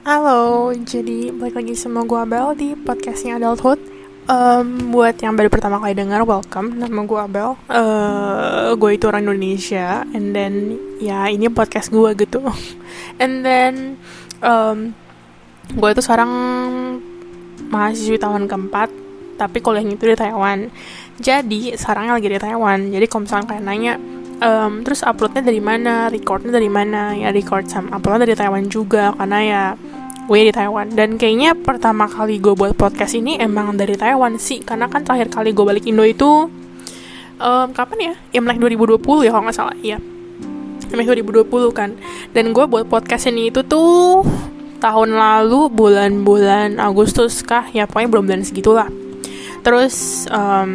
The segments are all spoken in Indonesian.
Halo, jadi balik lagi sama gue Abel di podcastnya Adulthood. Buat yang baru pertama kali dengar, welcome. Nama gue Abel. Gue itu orang Indonesia, and then ya ini podcast gue gitu. And then gue itu sekarang mahasiswi tahun keempat, tapi kuliahnya itu di Taiwan. Jadi sekarang lagi di Taiwan. Jadi kalau misalnya kalian nanya, terus uploadnya dari mana, recordnya dari mana, ya record sama uploadnya dari Taiwan juga, karena ya gue di Taiwan. Dan kayaknya pertama kali gue buat podcast ini emang dari Taiwan sih, karena kan terakhir kali gue balik Indo itu kapan ya? Imlek 2020 ya kalau nggak salah. Iya, Imlek 2020 kan. Dan gue buat podcast ini itu tuh tahun lalu bulan-bulan Agustus kah? Ya pokoknya bulan-bulan segitulah. Terus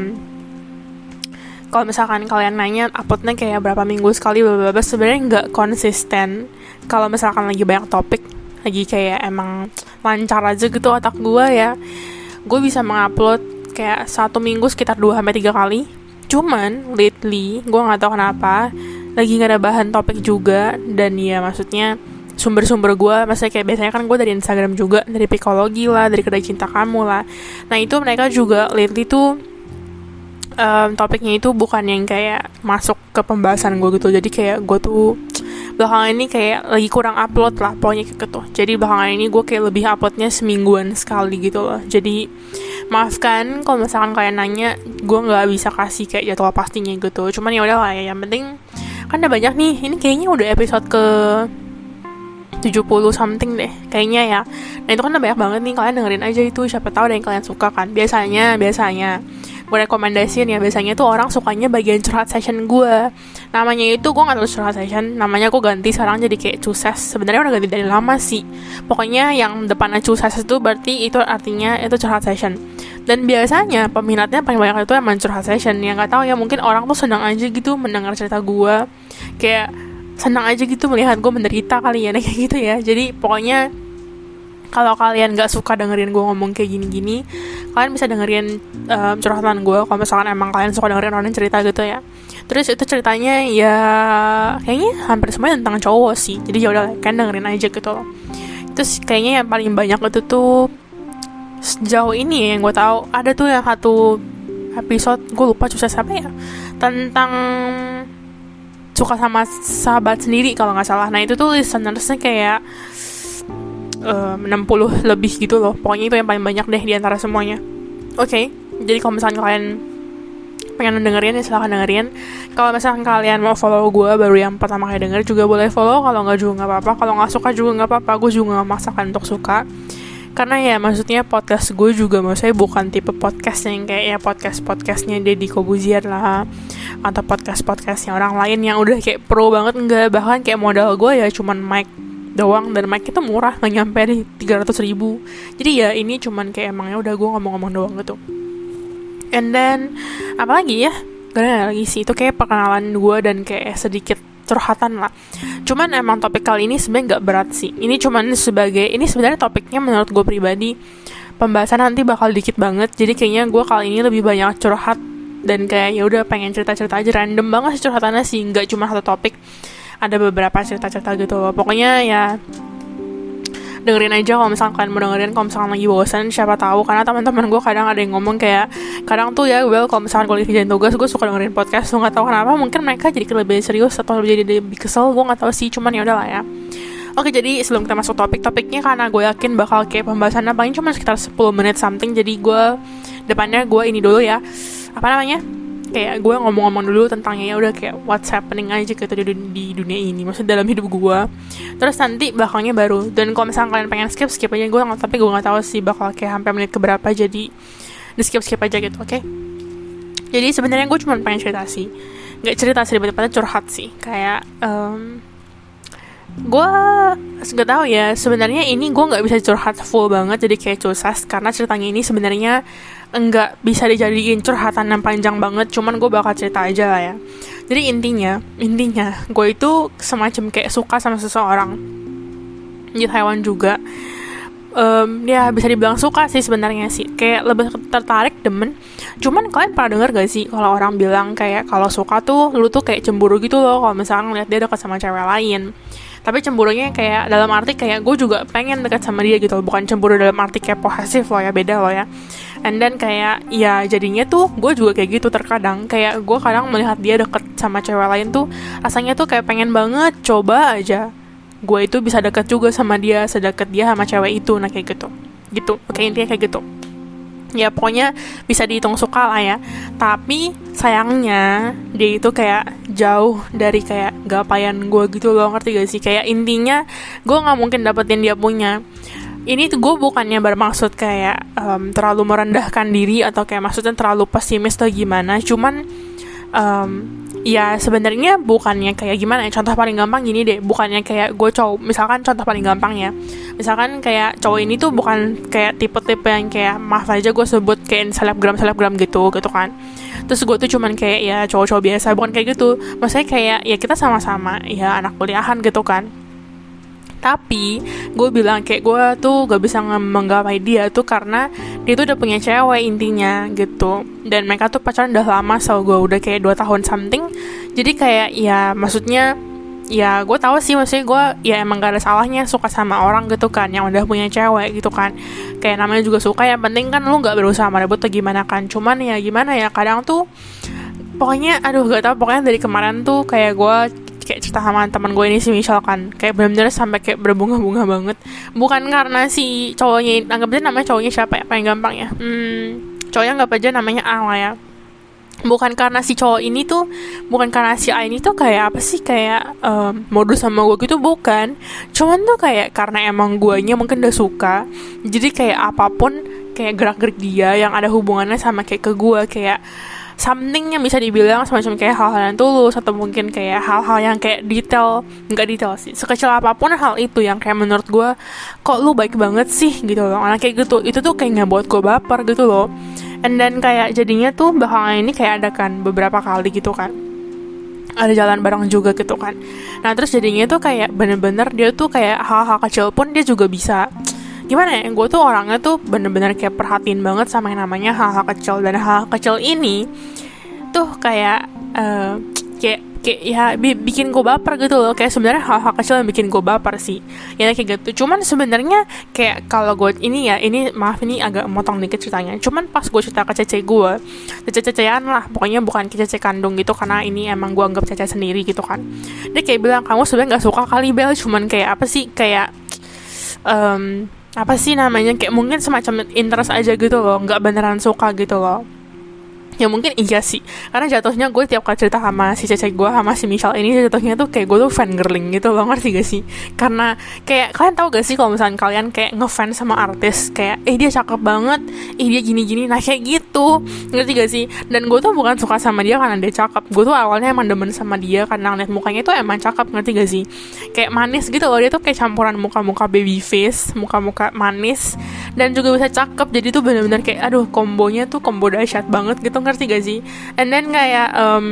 kalau misalkan kalian nanya uploadnya kayak berapa minggu sekali, blablabla, sebenarnya nggak konsisten. Kalau misalkan lagi banyak topik, lagi kayak emang lancar aja gitu otak gue ya, gue bisa mengupload kayak 1 minggu sekitar 2-3 kali. Cuman lately gue nggak tahu kenapa lagi nggak ada bahan topik juga. Dan ya maksudnya sumber-sumber gue, maksudnya kayak biasanya kan gue dari Instagram juga, dari Psikologi lah, dari Kedai Cinta Kamu lah. Nah itu mereka juga lately tuh topiknya itu bukan yang kayak masuk ke pembahasan gue gitu. Jadi kayak gue tuh belakangan ini kayak lagi kurang upload lah, pokoknya kayak gitu. Jadi belakangan ini gue kayak lebih uploadnya semingguan sekali gitu loh. Jadi maafkan kalau misalkan kalian nanya, gue nggak bisa kasih kayak jadwal pastinya gitu. Cuman ya udah lah ya, yang penting kan udah banyak nih. Ini kayaknya udah episode ke 70 something deh kayaknya ya. Nah itu kan udah banyak banget nih, kalian dengerin aja itu, siapa tahu ada yang kalian suka kan. Biasanya gue rekomendasiin ya, biasanya tuh orang sukanya bagian curhat session gue. Namanya itu gue gak tahu curhat session, namanya gue ganti sekarang jadi kayak cuses. Sebenarnya udah ganti dari lama sih. Pokoknya yang depannya cuses itu berarti itu artinya itu curhat session. Dan biasanya peminatnya paling banyak itu emang curhat session. Yang gak tahu ya, mungkin orang tuh senang aja gitu mendengar cerita gue, kayak senang aja gitu melihat gue menderita kali ya, kayak gitu ya. Jadi pokoknya kalau kalian gak suka dengerin gue ngomong kayak gini-gini, kalian bisa dengerin curhatan gue. Kalau misalkan emang kalian suka dengerin orang cerita gitu ya. Terus itu ceritanya ya kayaknya hampir semuanya tentang cowok sih. Jadi yaudah, kalian dengerin aja gitu loh. Terus kayaknya yang paling banyak itu tuh sejauh ini yang gue tahu, ada tuh yang satu episode, gue lupa susah siapa ya, tentang suka sama sahabat sendiri kalau nggak salah. Nah itu tuh listenersnya kayak 60 lebih gitu loh. Pokoknya itu yang paling banyak deh di antara semuanya. Oke, jadi kalau misalnya kalian pengen dengerin ya silahkan dengerin. Kalau misalkan kalian mau follow gue baru yang pertama kali denger juga boleh follow. Kalau nggak juga nggak apa-apa. Kalau nggak suka juga nggak apa-apa. Gue juga nggak maksakan untuk suka. Karena ya maksudnya podcast gue juga maksudnya bukan tipe podcast yang kayak ya podcastnya Deddy Kobuzier lah, atau podcastnya orang lain yang udah kayak pro banget. Enggak, bahkan kayak modal gue ya cuman mic doang, dan mic itu murah, nggak nyampe di 300.000. Jadi ya ini cuman kayak emangnya udah gue ngomong-ngomong doang gitu. And then apalagi ya, gak ada lagi sih. Itu kayak perkenalan gue dan kayak sedikit curhatan lah. Cuman emang topik kali ini sebenarnya nggak berat sih. Ini cuman ini sebenarnya topiknya menurut gue pribadi, pembahasan nanti bakal dikit banget. Jadi kayaknya gue kali ini lebih banyak curhat dan kayak ya udah pengen cerita-cerita aja, random banget sih curhatannya sih, nggak cuma satu topik. Ada beberapa cerita-cerita gitu loh. Pokoknya ya dengerin aja kalau misalkan kalian mau dengerin. Kalau misalkan lagi bosan, siapa tahu, karena teman-teman gue kadang ada yang ngomong kayak, kadang tuh ya kalau misalkan gue lagi kerjain tugas, gue suka dengerin podcast. Gue nggak tahu kenapa, mungkin mereka jadi lebih serius atau jadi lebih kesel, gue nggak tahu sih. Cuman ya udahlah ya. Oke, jadi sebelum kita masuk topiknya, karena gue yakin bakal kayak pembahasannya paling cuma sekitar 10 menit something, jadi gue depannya gue ini dulu ya, apa namanya, kayak gue ngomong-ngomong dulu tentangnya, ya udah kayak what's happening aja gitu di dunia ini, maksudnya dalam hidup gue. Terus nanti belakangnya baru. Dan kalau misalnya kalian pengen skip aja gue, tapi gue nggak tahu sih bakal kayak sampai menit keberapa, jadi di skip aja gitu. Oke? Jadi sebenarnya gue cuma pengen cerita sih, nggak cerita sih, daripada curhat sih. Kayak gue nggak tahu ya, sebenarnya ini gue nggak bisa curhat full banget, jadi kayak cusas, karena ceritanya ini sebenarnya nggak bisa dijadiin curhatan yang panjang banget. Cuman gue bakal cerita aja lah ya. Jadi intinya gue itu semacam kayak suka sama seseorang di Taiwan juga. ya bisa dibilang suka sih sebenarnya sih, kayak lebih tertarik, demen. Cuman kalian pernah denger gak sih kalau orang bilang kayak kalau suka tuh lu tuh kayak cemburu gitu loh kalau misalkan lihat dia dekat sama cewek lain. Tapi cemburunya kayak dalam arti kayak gue juga pengen dekat sama dia gitu, bukan cemburu dalam arti kayak posesif loh ya, beda loh ya. And then kayak ya jadinya tuh gue juga kayak gitu terkadang, kayak gue kadang melihat dia deket sama cewek lain tuh rasanya tuh kayak pengen banget coba aja gue itu bisa deket juga sama dia, sedekat dia sama cewek itu. Nah kayak gitu oke, intinya kayak gitu ya, pokoknya bisa dihitung suka lah ya. Tapi sayangnya dia itu kayak jauh dari kayak gapaian gue gitu loh, ngerti gak sih? Kayak intinya gue gak mungkin dapetin dia punya. Ini tuh gue bukannya bermaksud kayak terlalu merendahkan diri atau kayak maksudnya terlalu pesimis atau gimana, cuman ya sebenarnya bukannya kayak gimana ya, contoh paling gampang gini deh, bukannya kayak gue cowok, misalkan contoh paling gampang ya, misalkan kayak cowok ini tuh bukan kayak tipe-tipe yang kayak maaf aja gue sebut kayak selebgram gitu kan, terus gue tuh cuman kayak ya cowok-cowok biasa, bukan kayak gitu, maksudnya kayak ya kita sama-sama ya anak kuliahan gitu kan. Tapi gue bilang kayak gue tuh gak bisa menggapai dia tuh karena dia tuh udah punya cewek intinya gitu. Dan mereka tuh pacaran udah lama, so gue udah kayak 2 tahun something. Jadi kayak ya maksudnya ya gue tahu sih, maksudnya gue ya emang gak ada salahnya suka sama orang gitu kan yang udah punya cewek gitu kan. Kayak namanya juga suka, yang penting kan lu gak berusaha merebut atau gimana kan. Cuman ya gimana ya, kadang tuh pokoknya aduh gak tau, pokoknya dari kemarin tuh kayak gue kayak cerita sama teman gue ini sih misalkan kayak benar-benar sampai kayak berbunga-bunga banget, bukan karena si cowoknya, anggap aja namanya cowoknya siapa ya paling gampang ya, cowoknya anggap aja namanya A lah ya. Bukan karena si cowok ini tuh, bukan karena si A ini tuh kayak apa sih, kayak modus sama gue gitu, bukan, cuman tuh kayak karena emang guanya mungkin udah suka, jadi kayak apapun kayak gerak-gerik dia yang ada hubungannya sama kayak ke gue, kayak something yang bisa dibilang semacam kayak hal-hal yang tulus, atau mungkin kayak hal-hal yang kayak nggak detail sih, sekecil apapun hal itu yang kayak menurut gue kok lu baik banget sih gitu loh, anak kayak gitu, itu tuh kayak nggak buat gue baper gitu loh. And then kayak jadinya tuh belakangan ini kayak ada kan beberapa kali gitu kan, ada jalan bareng juga gitu kan. Nah terus jadinya tuh kayak bener-bener dia tuh kayak hal-hal kecil pun dia juga bisa, gimana ya, gue tuh orangnya tuh bener-bener kayak perhatiin banget sama yang namanya hal-hal kecil. Dan hal kecil ini tuh kayak kayak ya bikin gue baper gitu loh. Kayak sebenarnya hal-hal kecil yang bikin gue baper sih ya kayak gitu. Cuman sebenarnya kayak kalau gue ini maaf ini agak motong dikit ceritanya, cuman pas gue cerita ke cece gue, cece-cecean lah pokoknya, bukan ke cece kandung gitu, karena ini emang gue anggap cece sendiri gitu kan. Dia kayak bilang, kamu sebenarnya nggak suka kali Bel, cuman kayak apa sih, kayak apa sih namanya, kayak mungkin semacam interest aja gitu loh, nggak beneran suka gitu loh. Ya mungkin iya sih, karena jatuhnya gue tiap kali cerita sama si cece gue, sama si Michelle ini, jatuhnya tuh kayak gue tuh fangirling gitu loh, ngerti gak sih? Karena kayak kalian tahu gak sih kalau misalnya kalian kayak ngefans sama artis, kayak dia cakep banget, dia gini-gini, nah kayak gitu, ngerti gak sih? Dan gue tuh bukan suka sama dia karena dia cakep, gue tuh awalnya emang demen sama dia karena ngeliat mukanya tuh emang cakep, ngerti gak sih? Kayak manis gitu loh, dia tuh kayak campuran muka-muka baby face, muka-muka manis, dan juga bisa cakep, jadi tuh bener-bener kayak aduh kombonya tuh kombo dahsyat banget gitu, ngerti gak sih? And then kayak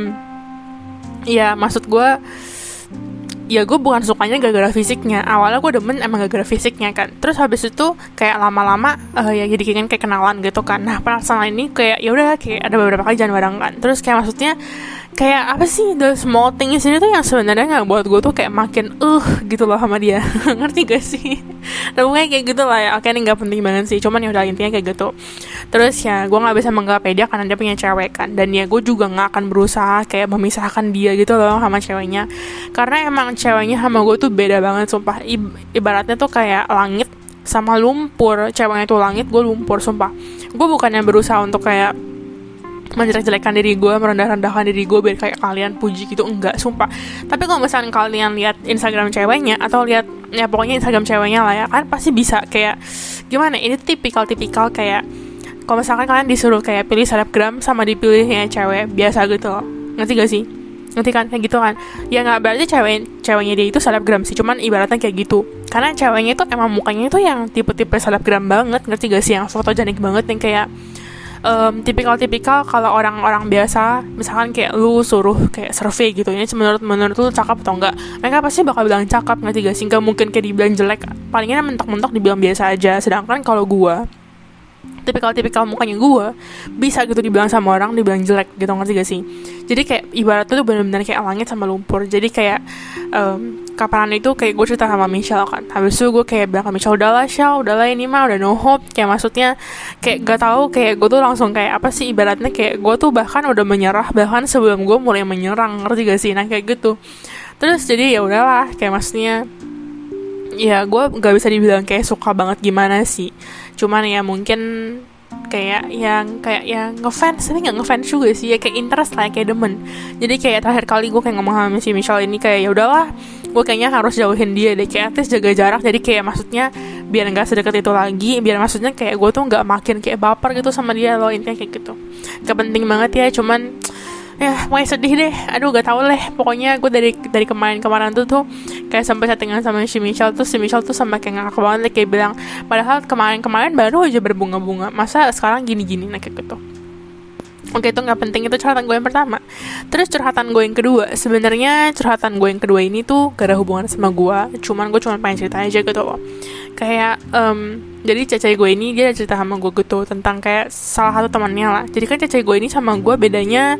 ya maksud gue, ya gue bukan sukanya gara-gara fisiknya. Awalnya gue demen emang gara-gara fisiknya kan. Terus habis itu kayak lama-lama ya jadi kayak kenalan gitu kan. Nah penasaran ini kayak ya udah kayak ada beberapa kali jalan bareng kan. Terus kayak maksudnya kayak apa sih, the small things ini tuh yang sebenarnya nggak buat gue tuh kayak makin gitu loh sama dia. Ngerti gak sih? Nah pokoknya kayak gitu lah ya. Oke ini nggak penting banget sih, cuman ya udah intinya kayak gitu. Terus ya gue nggak bisa menggapai dia karena dia punya cewek kan, dan ya gue juga nggak akan berusaha kayak memisahkan dia gitu loh sama ceweknya, karena emang ceweknya sama gue tuh beda banget sumpah. Ibaratnya tuh kayak langit sama lumpur, ceweknya tuh langit, gue lumpur sumpah. Gue bukannya berusaha untuk kayak menjelek-jelekan diri gue, merendah-rendahkan diri gue biar kayak kalian puji gitu, enggak sumpah. Tapi kalau misalnya kalian lihat Instagram ceweknya atau lihat ya pokoknya Instagram ceweknya lah ya, kan pasti bisa kayak gimana, ini tipikal kayak kalau misalkan kalian disuruh kayak pilih selebgram sama dipilihnya cewek biasa gitu loh, ngerti gak sih? Ngerti kan, kayak gitu kan. Ya nggak berarti ceweknya dia itu selebgram sih, cuman ibaratnya kayak gitu, karena ceweknya itu emang mukanya itu yang tipe-tipe selebgram banget, ngerti gak sih, yang fotogenik banget, yang kayak tipikal-tipikal kalau orang-orang biasa, misalkan kayak lu suruh kayak survei gitu, ini menurut lu cakep atau enggak, mereka pasti bakal bilang cakep, ngerti gak sih? Nggak mungkin kayak dibilang jelek, palingnya mentok-mentok dibilang biasa aja. Sedangkan kalau gue, tipikal mukanya gue bisa gitu dibilang sama orang, dibilang jelek gitu, ngerti gak sih? Jadi kayak ibaratnya tuh benar-benar kayak langit sama lumpur. Jadi kayak kapan itu kayak gue cerita sama Michelle kan, habis itu gue kayak bilang ke Michelle, udahlah ini mah udah no hope, kayak maksudnya kayak gak tahu, kayak gue tuh langsung kayak apa sih, ibaratnya kayak gue tuh bahkan udah menyerah bahkan sebelum gue mulai menyerang, ngerti gak sih? Nah kayak gitu. Terus jadi ya udahlah, kayak maksudnya ya gue gak bisa dibilang kayak suka banget gimana sih, cuman ya mungkin kayak yang ngefans, tapi nggak ngefans juga sih, ya kayak interest lah, kayak demen. Jadi kayak terakhir kali gue kayak ngomong sama si Michelle ini kayak ya udahlah, gue kayaknya harus jauhin dia deh, kayak at least jaga jarak. Jadi kayak maksudnya biar nggak sedekat itu lagi, biar maksudnya kayak gue tuh nggak makin kayak baper gitu sama dia loh, intinya kayak gitu. Gak penting banget ya, cuman ya mulai sedih deh, aduh gak tau lah. Pokoknya gue dari kemarin tuh kayak sampai settingan sama si Michelle tuh sampai kayak ngakak banget, kayak bilang padahal kemarin baru aja berbunga-bunga, masa sekarang gini-gini, nah kayak gitu. Oke, itu nggak penting, itu curhatan gue yang pertama. Terus curhatan gue yang kedua, sebenarnya curhatan gue yang kedua ini tuh gak ada hubungan sama gue, cuman gue cuma pengen cerita aja gitu loh. Kayak jadi cecai gue ini dia cerita sama gue gitu tentang kayak salah satu temannya lah. Jadi kan cecai gue ini sama gue bedanya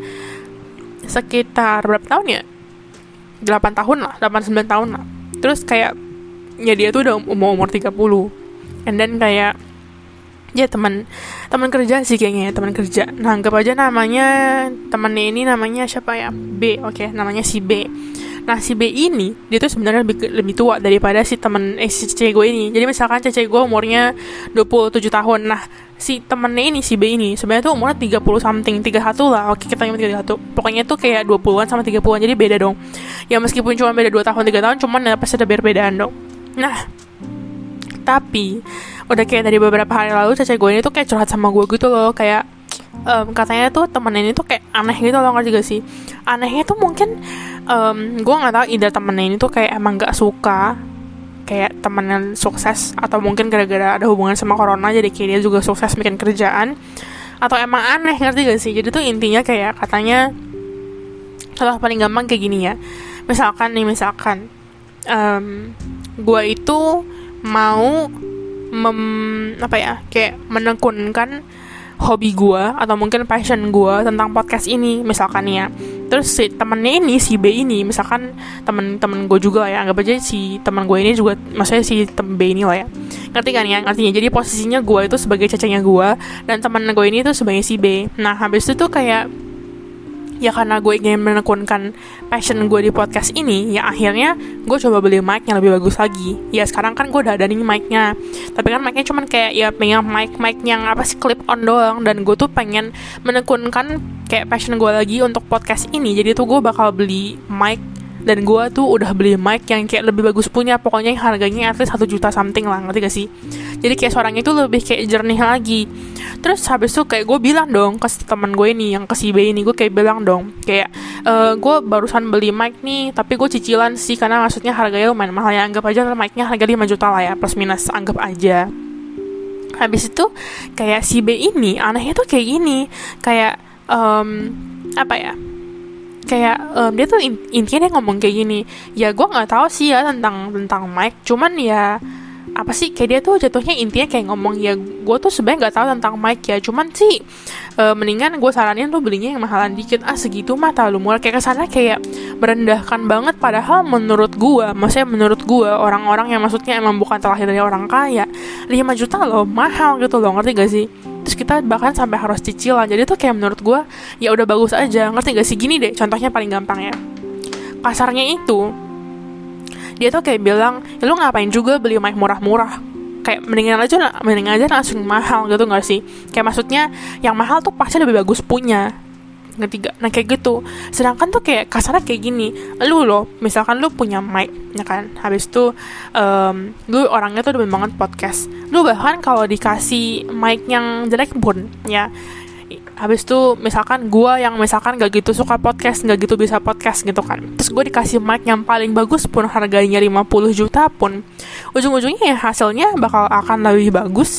sekitar berapa tahun ya? 8 tahun lah, 8-9 tahun lah. Terus kayak ya dia tuh udah umur 30. And then kayak ya teman kerja sih kayaknya, teman kerja. Nah, anggap aja namanya temannya ini namanya siapa ya? B. Oke, namanya si B. Nah, si B ini dia tuh sebenarnya lebih tua daripada si cece gue ini. Jadi misalkan cece gue umurnya 27 tahun. Nah, si temennya ini, si B ini sebenarnya tuh umurnya 30 something, 31 lah. Oke, kita ingat 31. Pokoknya tuh kayak 20-an sama 30-an. Jadi beda dong. Ya meskipun cuma beda 2 tahun, 3 tahun, cuman ya pasti ada perbedaan dong. Nah, tapi udah kayak dari beberapa hari lalu cece gue ini tuh kayak curhat sama gue gitu loh, kayak katanya tuh temennya ini tuh kayak aneh gitu loh, ngerti gak sih? Anehnya tuh mungkin gue nggak tahu, ide temennya ini tuh kayak emang nggak suka kayak temennya sukses, atau mungkin gara-gara ada hubungan sama corona jadi kayak dia juga sukses bikin kerjaan, atau emang aneh, ngerti gak sih? Jadi tuh intinya kayak katanya salah paling gampang kayak gini ya, misalkan gue itu mau kayak menekunkan hobi gue atau mungkin passion gue tentang podcast ini misalkan ya. Terus si temennya ini, si B ini, misalkan temen gue juga lah ya, anggap aja si temen gue ini juga, maksudnya si temen B ini lah ya, ngerti kan ya, artinya jadi posisinya gue itu sebagai cecenya gue dan temen gue ini tuh sebagai si B. Nah habis itu tuh kayak ya karena gue ingin menekunkan passion gue di podcast ini, ya akhirnya gue coba beli mic yang lebih bagus lagi. Ya sekarang kan gue udah ada nih mic-nya, tapi kan mic-nya cuman kayak ya pengen mic yang apa sih, clip on doang. Dan gue tuh pengen menekunkan kayak passion gue lagi untuk podcast ini. Jadi tuh gue bakal beli mic, dan gue tuh udah beli mic yang kayak lebih bagus punya, pokoknya yang harganya at least 1 juta something lah, ngerti gak sih? Jadi kayak suaranya itu lebih kayak jernih lagi. Terus habis itu kayak gue bilang dong ke teman gue ini, yang ke si B ini, gue kayak bilang dong kayak gue barusan beli mic nih, tapi gue cicilan sih karena maksudnya harganya lumayan mahal ya, anggap aja mic-nya harga 5 juta lah ya, plus minus, anggap aja. Habis itu kayak si B ini anehnya tuh kayak gini, kayak kayak dia tuh intinya dia ngomong kayak gini, ya gue nggak tahu sih ya tentang mic, cuman ya apa sih, kayak dia tuh jatuhnya intinya kayak ngomong, ya gue tuh sebenarnya nggak tahu tentang mic ya, cuman sih mendingan gue saranin tuh belinya yang mahalan dikit, segitu mah terlalu murah, kayak kesana kayak merendahkan banget. Padahal menurut gue orang-orang yang maksudnya emang bukan terlahir dari orang kaya, 5 juta loh mahal gitu loh, ngerti gak sih? Terus kita bahkan sampai harus cicilan. Jadi tuh kayak menurut gue ya udah bagus aja, ngerti gak sih? Gini deh contohnya paling gampang ya, kasarnya itu dia tuh kayak bilang, ya lu ngapain juga beli mic murah-murah, kayak mendingan aja langsung mahal gitu gak sih? Kayak maksudnya yang mahal tuh pasti lebih bagus punya, ngerti gak? Nah kayak gitu. Sedangkan tuh kayak kasarnya kayak gini, misalkan lu punya mic ya kan, habis itu lu orangnya tuh demen banget podcast, lu bahkan kalau dikasih mic yang jelek pun ya, habis itu misalkan gue yang misalkan gak gitu suka podcast, gak gitu bisa podcast gitu kan, terus gue dikasih mic yang paling bagus pun harganya 50 juta pun, ujung-ujungnya ya hasilnya bakal akan lebih bagus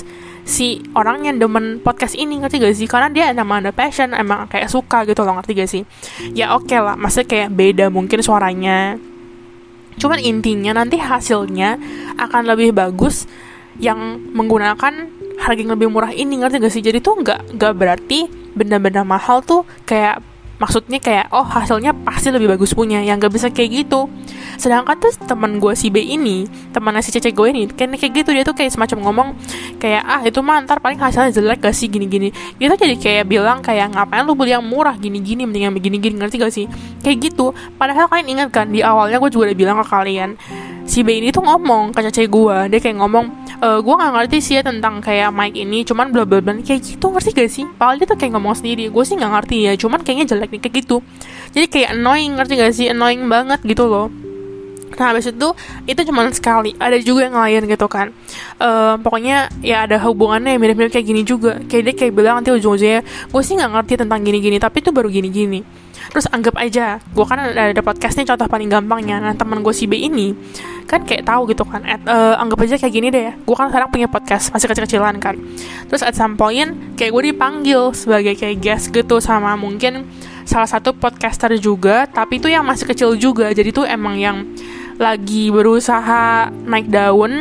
si orang yang demen podcast ini, ngerti gak sih? Karena dia emang ada passion, emang kayak suka gitu loh, ngerti gak sih? Ya oke lah, maksudnya kayak beda mungkin suaranya, cuman intinya nanti hasilnya akan lebih bagus yang menggunakan harga yang lebih murah ini, ngerti gak sih? Jadi tuh nggak berarti benda-benda mahal tuh kayak maksudnya kayak hasilnya pasti lebih bagus punya, yang gak bisa kayak gitu. Sedangkan tuh teman gue si B ini, temannya si Cece gue ini kayak gitu, dia tuh kayak semacam ngomong kayak itu mah ntar paling hasilnya jelek gak sih gini-gini. Dia tuh jadi kayak bilang kayak ngapain lu beli yang murah gini-gini, mendingan begini-gini, ngerti gak sih? Kayak gitu. Padahal kalian ingat kan di awalnya gue juga udah bilang ke kalian, si B ini tuh ngomong ke Cece gue, dia kayak ngomong gue nggak ngerti sih ya tentang kayak mic ini, cuman bla bla bla kayak gitu, ngerti gak sih? Padahal dia tuh kayak ngomong sendiri, gue sih nggak ngerti ya, cuman kayaknya jelek nih, kayak gitu. Jadi kayak annoying, ngerti gak sih? Annoying banget gitu loh. Nah habis itu cuma sekali, ada juga yang lain gitu kan. Pokoknya ya ada hubungannya mirip-mirip kayak gini juga. Kayak dia kayak bilang nanti ujung-ujungnya, gue sih nggak ngerti tentang gini-gini, tapi itu baru gini-gini. Terus anggap aja, gue kan ada podcastnya, contoh paling gampangnya. Nah teman gue si B ini kan kayak tahu gitu kan. Anggap aja kayak gini deh ya, gue kan sekarang punya podcast masih kecil-kecilan kan. Terus at some point kayak gue dipanggil sebagai kayak guest gitu sama mungkin salah satu podcaster juga, tapi itu yang masih kecil juga. Jadi tuh emang yang lagi berusaha naik daun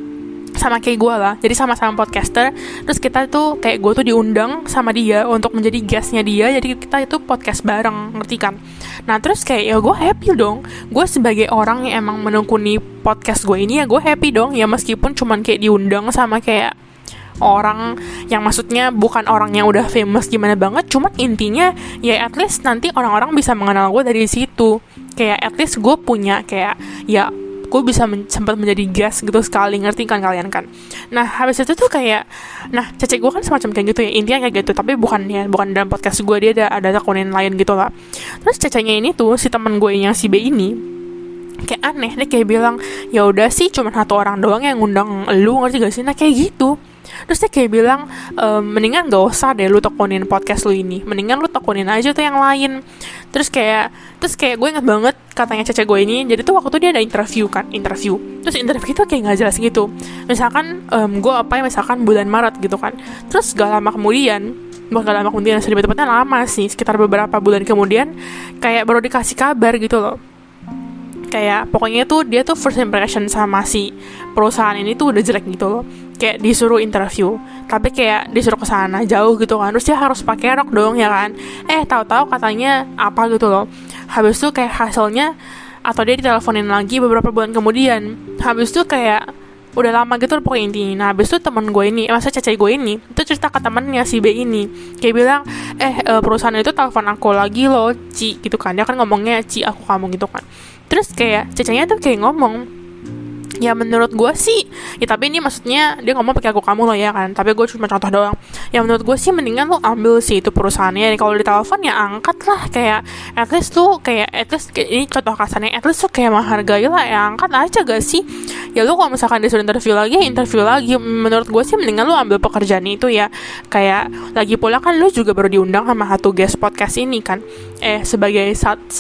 sama kayak gue lah. Jadi sama-sama podcaster. Terus kita tuh kayak gue tuh diundang sama dia untuk menjadi guestnya dia. Jadi kita itu podcast bareng, ngerti kan? Nah terus kayak ya gue happy dong. Gue sebagai orang yang emang menekuni podcast gue ini, ya gue happy dong. Ya meskipun cuman kayak diundang sama kayak orang yang maksudnya bukan orang yang udah famous gimana banget, cuman intinya ya at least nanti orang-orang bisa mengenal gue dari situ. Kayak at least gue punya kayak ya gue bisa sempat menjadi guest gitu sekali, ngerti kan kalian kan? Nah habis itu tuh kayak, nah Cece gue kan semacam kayak gitu ya, intinya kayak gitu, tapi bukan dalam podcast gue, dia ada akunin lain gitu lah. Terus Cecenya ini tuh si teman gue yang si B ini kayak aneh, dia kayak bilang ya udah sih cuma satu orang doang yang ngundang lu, ngerti gak sih? Nah kayak gitu. Terus dia kayak bilang mendingan gak usah deh lu tekunin podcast lu ini, mendingan lu tekunin aja tuh yang lain. Terus kayak gue ingat banget katanya Cece gue ini, jadi tuh waktu itu dia ada interview. Terus interview itu kayak gak jelas gitu. Misalkan gue misalkan bulan Maret gitu kan. Terus gak lama kemudian, lebih tepatnya lama sih, sekitar beberapa bulan kemudian kayak baru dikasih kabar gitu loh. Kayak pokoknya tuh dia tuh first impression sama si perusahaan ini tuh udah jelek gitu loh. Kayak disuruh interview, tapi kayak disuruh ke sana jauh gitu kan. Terus dia harus pakai rok dong ya kan. Tahu-tahu katanya apa gitu loh. Habis itu kayak hasilnya, atau dia diteleponin lagi beberapa bulan kemudian. Habis itu kayak udah lama gitu loh pokoknya intinya. Nah habis itu temen gue ini, maksudnya Cece gue ini, itu cerita ke temennya si B ini, kayak bilang perusahaan itu telepon aku lagi loh Ci gitu kan. Dia kan ngomongnya Ci aku kamu gitu kan. Terus kayak Cecenya tuh kayak ngomong, ya menurut gue sih, ya tapi ini maksudnya dia ngomong pakai aku kamu loh ya kan, tapi gue cuma contoh doang. Ya menurut gue sih mendingan lo ambil sih itu perusahaannya. Kalau ditelepon ya angkat lah, kayak at least ini contoh kasarnya, at least tuh kayak menghargai lah, ya angkat aja gak sih? Ya lo kalau misalkan disuruh interview lagi, menurut gue sih mendingan lo ambil pekerjaan itu ya. Kayak lagi pula kan lo juga baru diundang sama satu guest podcast ini kan, sebagai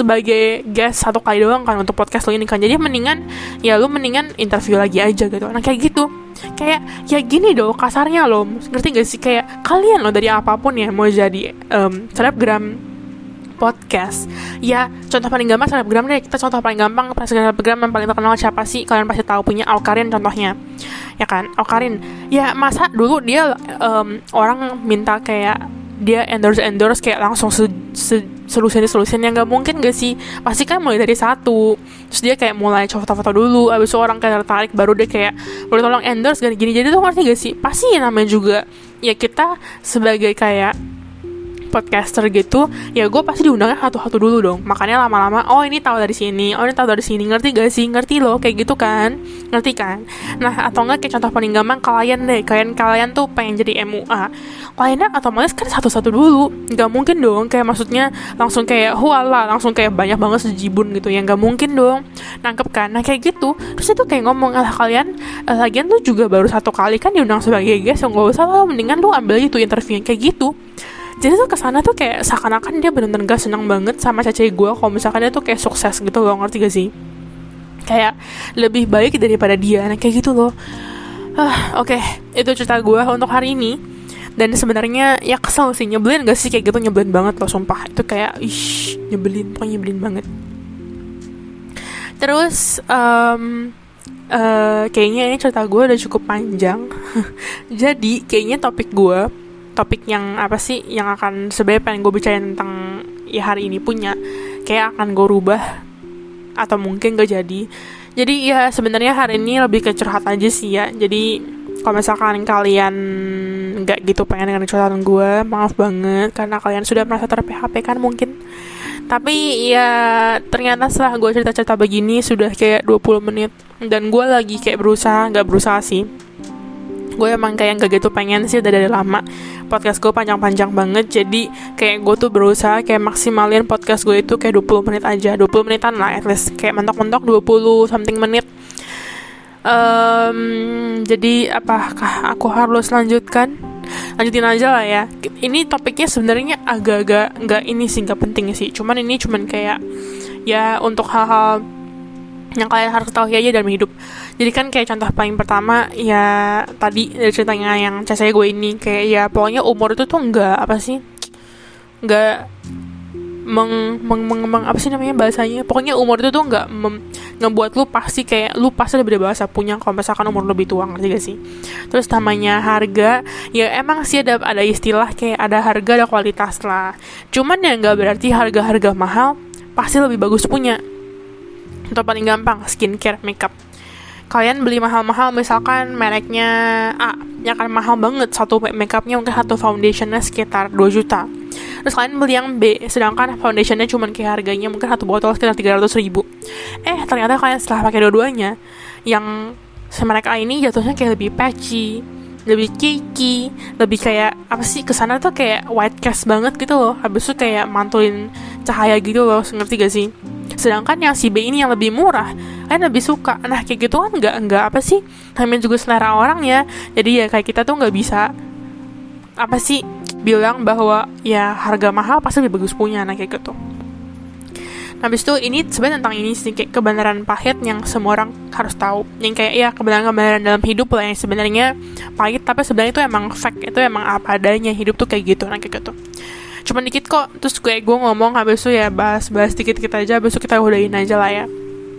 guest satu kali doang kan untuk podcast lo ini kan. Jadi mendingan interview lagi aja gitu. Nah kayak gitu, kayak ya gini dong kasarnya lo, ngerti gak sih? Kayak kalian lo dari apapun ya mau jadi selebgram podcast, ya contoh paling gampang selebgram deh. Kita contoh paling gampang selebgram yang paling terkenal siapa sih? Kalian pasti tahu, punya Awkarin contohnya, ya kan? Awkarin, ya masa dulu dia orang minta kayak dia endorse kayak langsung solusi yang gak mungkin gak sih? Pasti kan mulai dari satu, terus dia kayak mulai foto-foto dulu, abis itu orang kayak tertarik, baru dia kayak boleh tolong endorse gini. Jadi tuh ngerti gak sih? Pasti ya namanya juga ya kita sebagai kayak podcaster gitu, ya gue pasti diundangnya satu-satu dulu dong. Makanya lama-lama ini tahu dari sini, ngerti gak sih? Ngerti loh, kayak gitu kan, ngerti kan? Nah atau enggak kayak contoh paling gampang kalian deh, kalian tuh pengen jadi MUA, kalian otomatis kan satu-satu dulu, nggak mungkin dong kayak maksudnya langsung kayak langsung kayak banyak banget sejibun gitu, ya nggak mungkin dong, nangkep kan? Nah kayak gitu. Terus itu kayak ngomong, kalian lagian tuh juga baru satu kali kan diundang sebagai guest, nggak usah lah, mendingan lu ambil aja tuh interview kayak gitu. Jadi tuh kesana tuh kayak seakan-akan dia bener-bener gak senang banget sama Cece gue kalau misalkan dia tuh kayak sukses gitu loh, ngerti gak sih? Kayak lebih baik daripada dia, nah kayak gitu loh. Oke, itu cerita gue untuk hari ini. Dan sebenarnya ya kesel sih, nyebelin gak sih kayak gitu, nyebelin banget loh sumpah. Itu kayak nyebelin, pokoknya nyebelin banget. Terus kayaknya ini cerita gue udah cukup panjang. Jadi kayaknya topik yang apa sih yang akan sebenarnya pengen gue bicarain tentang ya hari ini punya, kayak akan gue rubah atau mungkin gak jadi. Jadi ya sebenarnya hari ini lebih ke curhat aja sih ya. Jadi kalau misalkan kalian nggak gitu pengen dengan curhatan gue, maaf banget karena kalian sudah merasa ter-PHP kan mungkin. Tapi ya ternyata setelah gue cerita-cerita begini sudah kayak 20 menit dan gue lagi kayak nggak berusaha sih. Gue emang kayak gak gitu pengen sih udah dari lama. Podcast gue panjang-panjang banget, jadi kayak gue tuh berusaha kayak maksimalin podcast gue itu kayak 20 menit aja, 20 menitan lah at least, kayak mentok-mentok 20 something menit. Jadi apakah aku harus lanjutin aja lah ya. Ini topiknya sebenarnya agak-agak nggak penting sih, cuman kayak ya untuk hal-hal yang kalian harus tahu aja dalam hidup. Jadi kan kayak contoh paling pertama ya tadi dari ceritanya yang cewek gue ini, kayak ya pokoknya umur itu tuh nggak apa sih namanya bahasanya, pokoknya umur itu tuh nggak ngebuat lu pasti lebih dewasa punya kalau misalkan umur lebih tua, ngerti gak sih? Terus namanya harga, ya emang sih ada istilah kayak ada harga ada kualitas lah, cuman ya nggak berarti harga mahal pasti lebih bagus punya. Atau paling gampang skincare, makeup. Kalian beli mahal-mahal misalkan mereknya A, ya kan mahal banget, satu makeupnya mungkin satu foundationnya sekitar 2 juta. Terus kalian beli yang B, sedangkan foundationnya cuma kayak harganya mungkin satu botol sekitar 300 ribu. Ternyata kalian setelah pakai dua-duanya, yang merek A ini jatuhnya kayak lebih patchy, lebih cakey, lebih kayak apa sih, kesana tuh kayak white cast banget gitu loh. Habis itu kayak mantulin cahaya gitu loh, ngerti gak sih? Sedangkan yang si B ini yang lebih murah, kalian lebih suka. Nah kayak gitu kan nggak apa sih, namanya juga selera orang ya. Jadi ya kayak kita tuh nggak bisa apa sih bilang bahwa ya harga mahal pasti lebih bagus punya. Nah kayak gitu. Habis itu ini sebenarnya tentang ini sih, kayak kebenaran pahit yang semua orang harus tahu, yang kayak ya kebenaran dalam hidup lah yang sebenarnya pahit tapi sebenarnya itu emang fact, itu emang apa adanya, hidup tuh kayak gitu. Nah kayak gitu. Cuman dikit kok, terus kayak gue ngomong habis itu ya bahas dikit aja, habis itu kita udahin aja lah ya.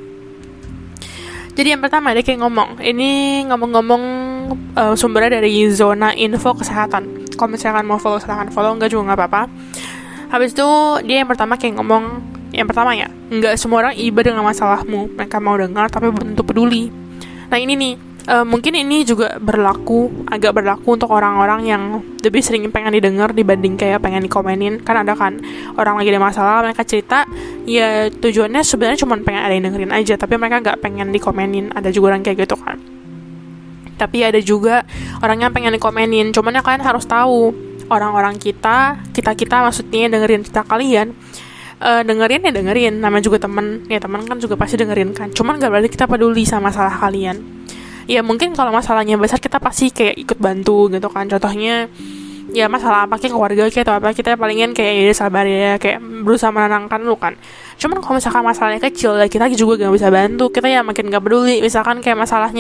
Jadi yang pertama dia kayak ngomong sumbernya dari Zona Info Kesehatan. Kalau misalkan mau follow silahkan follow, enggak juga nggak apa-apa. Habis itu dia yang pertama kayak ngomong, yang pertama ya, nggak semua orang iba dengan masalahmu, mereka mau dengar tapi belum tentu peduli. Nah ini nih, mungkin ini juga agak berlaku untuk orang-orang yang lebih sering pengen didengar dibanding kayak pengen dikomenin. Kan ada kan orang lagi ada masalah, mereka cerita, ya tujuannya sebenarnya cuma pengen ada yang dengerin aja, tapi mereka nggak pengen dikomenin. Ada juga orang kayak gitu kan. Tapi ada juga orang yang pengen dikomenin. Cuman ya kalian harus tahu, orang-orang kita maksudnya dengerin cerita kalian, dengerin, namanya juga teman kan juga pasti dengerin kan. Cuman gak berarti kita peduli sama masalah kalian. Ya mungkin kalau masalahnya besar kita pasti kayak ikut bantu gitu kan. Contohnya ya masalah apa kayak keluarga kayak atau apa, kita palingin kayak ya sabar ya, kayak berusaha menenangkan lu kan. Cuman kalau misalkan masalahnya kecil ya kita juga gak bisa bantu, kita ya makin gak peduli. Misalkan kayak masalah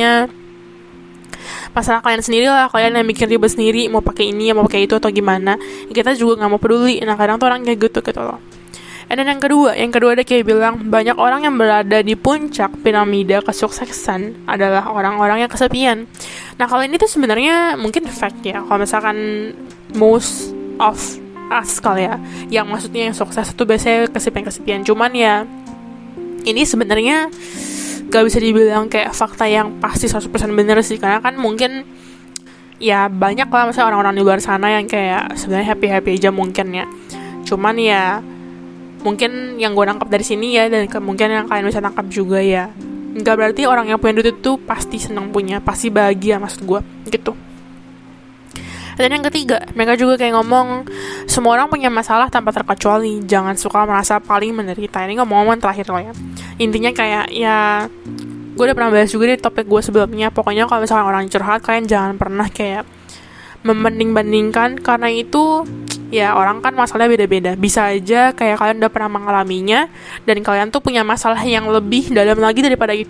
kalian sendiri lah, kalian yang bikin ribet sendiri, mau pakai ini mau pakai itu atau gimana, kita juga nggak mau peduli. Nah kadang tuh orang kayak gitu loh. Dan yang kedua dia kayak bilang, banyak orang yang berada di puncak piramida kesuksesan adalah orang-orang yang kesepian. Nah kalau ini tuh sebenarnya mungkin fact ya, kalau misalkan most of us kali ya, yang maksudnya yang sukses itu biasanya kesepian. Cuman ya ini sebenarnya gak bisa dibilang kayak fakta yang pasti 100% bener sih, karena kan mungkin ya banyak lah misalnya orang-orang di luar sana yang kayak sebenarnya happy aja mungkin ya. Cuman ya mungkin yang gue nangkap dari sini ya, dan kemungkinan yang kalian bisa tangkap juga ya, nggak berarti orang yang punya duit itu pasti senang punya, pasti bahagia, maksud gue gitu. Dan yang ketiga, mereka juga kayak ngomong, semua orang punya masalah tanpa terkecuali, jangan suka merasa paling menderita. Ini ngomong-ngomong terakhir loh ya. Intinya kayak ya, gue udah pernah bahas juga di topik gue sebelumnya, pokoknya kalau misalkan orang curhat, kalian jangan pernah kayak membanding-bandingkan, karena itu ya orang kan masalahnya beda-beda. Bisa aja kayak kalian udah pernah mengalaminya dan kalian tuh punya masalah yang lebih dalam lagi daripada itu.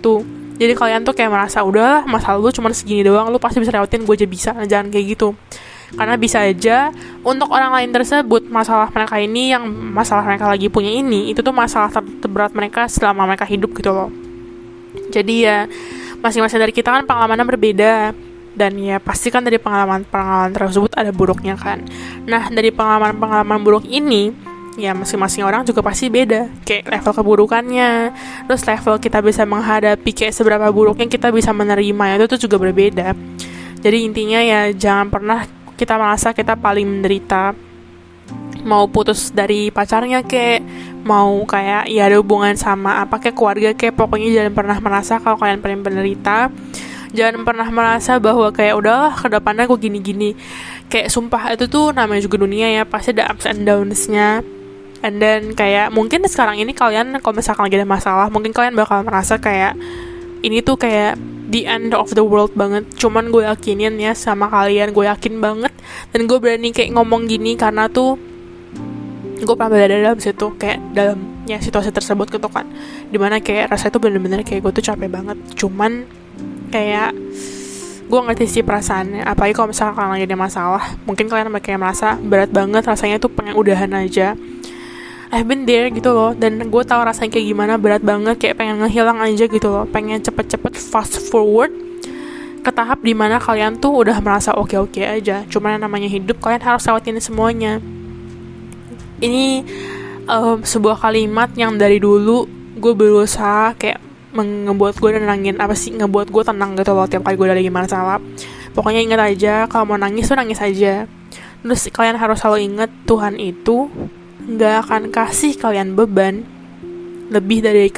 Jadi kalian tuh kayak merasa udahlah masalah lu cuma segini doang, lu pasti bisa lewatin, gue aja bisa. Nah, jangan kayak gitu. Karena bisa aja untuk orang lain tersebut masalah mereka ini, yang masalah mereka lagi punya ini, itu tuh masalah terberat mereka selama mereka hidup gitu loh. Jadi ya masing-masing dari kita kan pengalamannya berbeda. Dan ya pasti kan dari pengalaman tersebut ada buruknya kan. Nah dari pengalaman buruk ini, ya masing-masing orang juga pasti beda. Kayak level keburukannya, terus level kita bisa menghadapi kayak seberapa buruknya kita bisa menerima, itu tuh juga berbeda. Jadi intinya ya jangan pernah kita merasa kita paling menderita. Mau putus dari pacarnya kayak, mau kayak ya ada hubungan sama apa kayak keluarga kayak, pokoknya jangan pernah merasa kalau kalian paling menderita. Jangan pernah merasa bahwa kayak udahlah kedepannya gue gini-gini. Kayak sumpah itu tuh namanya juga dunia ya, pasti ada ups and downs-nya. And then kayak mungkin sekarang ini kalian kalau misalkan lagi ada masalah, mungkin kalian bakal merasa kayak ini tuh kayak the end of the world banget. Cuman gue yakinin ya sama kalian, gue yakin banget. Dan gue berani kayak ngomong gini karena tuh gue pernah berada dalam situ, kayak dalam ya situasi tersebut gitu kan, dimana kayak rasa itu bener-bener kayak gue tuh capek banget. Cuman kayak gue ngerti sih perasaannya, apalagi kalau misalkan kalian lagi ada masalah, mungkin kalian kayak merasa berat banget, rasanya tuh pengen udahan aja. I've been there gitu loh, dan gue tahu rasanya kayak gimana, berat banget, kayak pengen ngehilang aja gitu loh, pengen cepet-cepet fast forward ke tahap dimana kalian tuh udah merasa oke-oke aja. Cuman yang namanya hidup, kalian harus lewatin semuanya. Ini sebuah kalimat yang dari dulu gue berusaha kayak ngebuat gue nenangin, ngebuat gue tenang gitu loh tiap kali gue lagi masalah. Pokoknya ingat aja, kalau mau nangis tuh nangis aja. Terus kalian harus selalu ingat, Tuhan itu gak akan kasih kalian beban lebih dari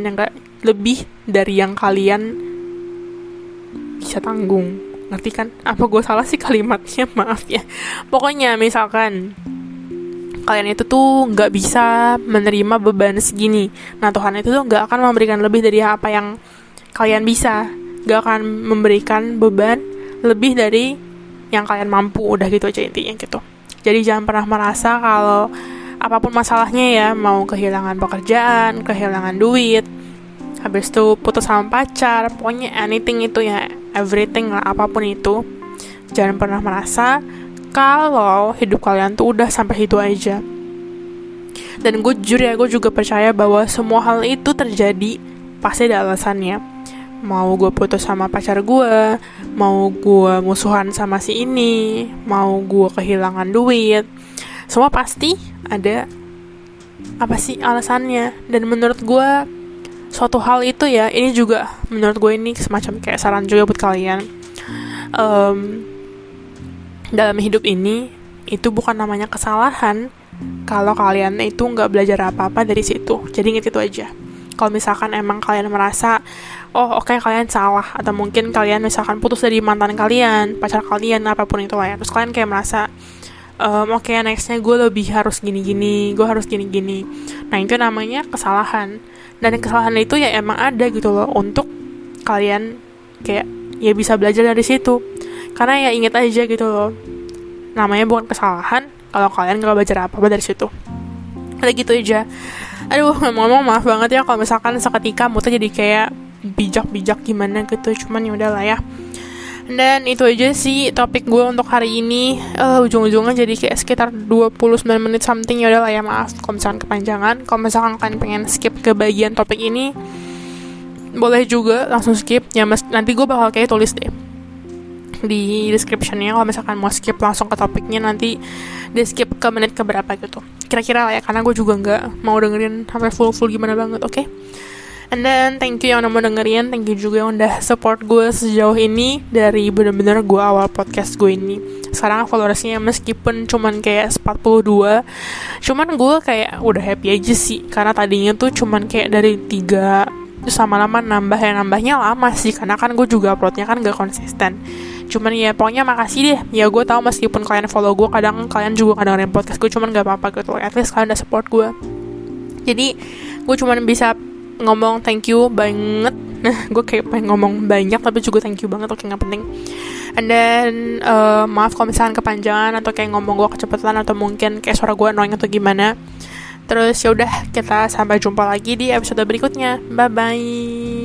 yang kalian bisa tanggung. Ngerti kan? Apa gue salah sih kalimatnya? Maaf ya. Pokoknya misalkan kalian itu tuh gak bisa menerima beban segini, nah Tuhan itu tuh gak akan memberikan lebih dari apa yang kalian bisa. Gak akan memberikan beban lebih dari yang kalian mampu. Udah gitu aja intinya gitu. Jadi jangan pernah merasa kalau apapun masalahnya ya, mau kehilangan pekerjaan, kehilangan duit, habis itu putus sama pacar, pokoknya anything itu ya, everything lah, apapun itu, jangan pernah merasa kalau hidup kalian tuh udah sampai situ aja. Dan gue jujur ya, gue juga percaya bahwa semua hal itu terjadi pasti ada alasannya. Mau gue putus sama pacar gue, mau gue musuhan sama si ini, mau gue kehilangan duit, semua pasti ada apa sih alasannya. Dan menurut gue suatu hal itu ya, ini juga menurut gue ini semacam kayak saran juga buat kalian. Dalam hidup ini itu bukan namanya kesalahan kalau kalian itu nggak belajar apa-apa dari situ. Jadi ingat itu aja. Kalau misalkan emang kalian merasa oke, kalian salah, atau mungkin kalian misalkan putus dari mantan kalian, pacar kalian, apapun itu lah ya, terus kalian kayak merasa oke, nextnya gue lebih harus gini-gini, gue harus gini-gini. Nah itu namanya kesalahan. Dan kesalahan itu ya emang ada gitu loh, untuk kalian kayak ya bisa belajar dari situ. Karena ya ingat aja gitu loh, namanya bukan kesalahan kalau kalian gak belajar apa-apa dari situ. Kayak gitu aja. Aduh, ngomong-ngomong maaf banget ya kalau misalkan seketika moodnya jadi kayak bijak-bijak gimana gitu. Cuman ya udahlah ya. Dan itu aja sih topik gue untuk hari ini. Ujung-ujungnya jadi kayak sekitar 29 menit something. Ya udahlah ya, maaf kalau misalkan kepanjangan. Kalau misalkan kalian pengen skip ke bagian topik ini, boleh juga langsung skip. Ya nanti gue bakal kayak tulis deh di description-nya kalau misalkan mau skip langsung ke topiknya, nanti di skip ke menit keberapa gitu kira-kira lah ya, karena gue juga nggak mau dengerin sampai full gimana banget. Oke? And then thank you yang udah mau dengerin, thank you juga yang udah support gue sejauh ini dari bener-bener gue awal podcast gue ini. Sekarang followersnya meskipun cuman kayak 42, cuman gue kayak udah happy aja sih, karena tadinya tuh cuman kayak dari 3, terus lama-lama nambahnya lama sih, karena kan gue juga uploadnya kan gak konsisten. Cuman ya pokoknya makasih deh. Ya gue tahu meskipun kalian follow gue, kadang kalian juga dengerin podcast gue, cuman gak apa-apa gitu. At least kalian udah support gue. Jadi gue cuman bisa ngomong thank you banget. Gue kayak pengen ngomong banyak tapi juga thank you banget. Oke, gak penting. And then maaf kalau misalkan kepanjangan atau kayak ngomong gue kecepatan, atau mungkin kayak suara gue annoying atau gimana. Terus ya udah, kita sampai jumpa lagi di episode berikutnya. Bye bye.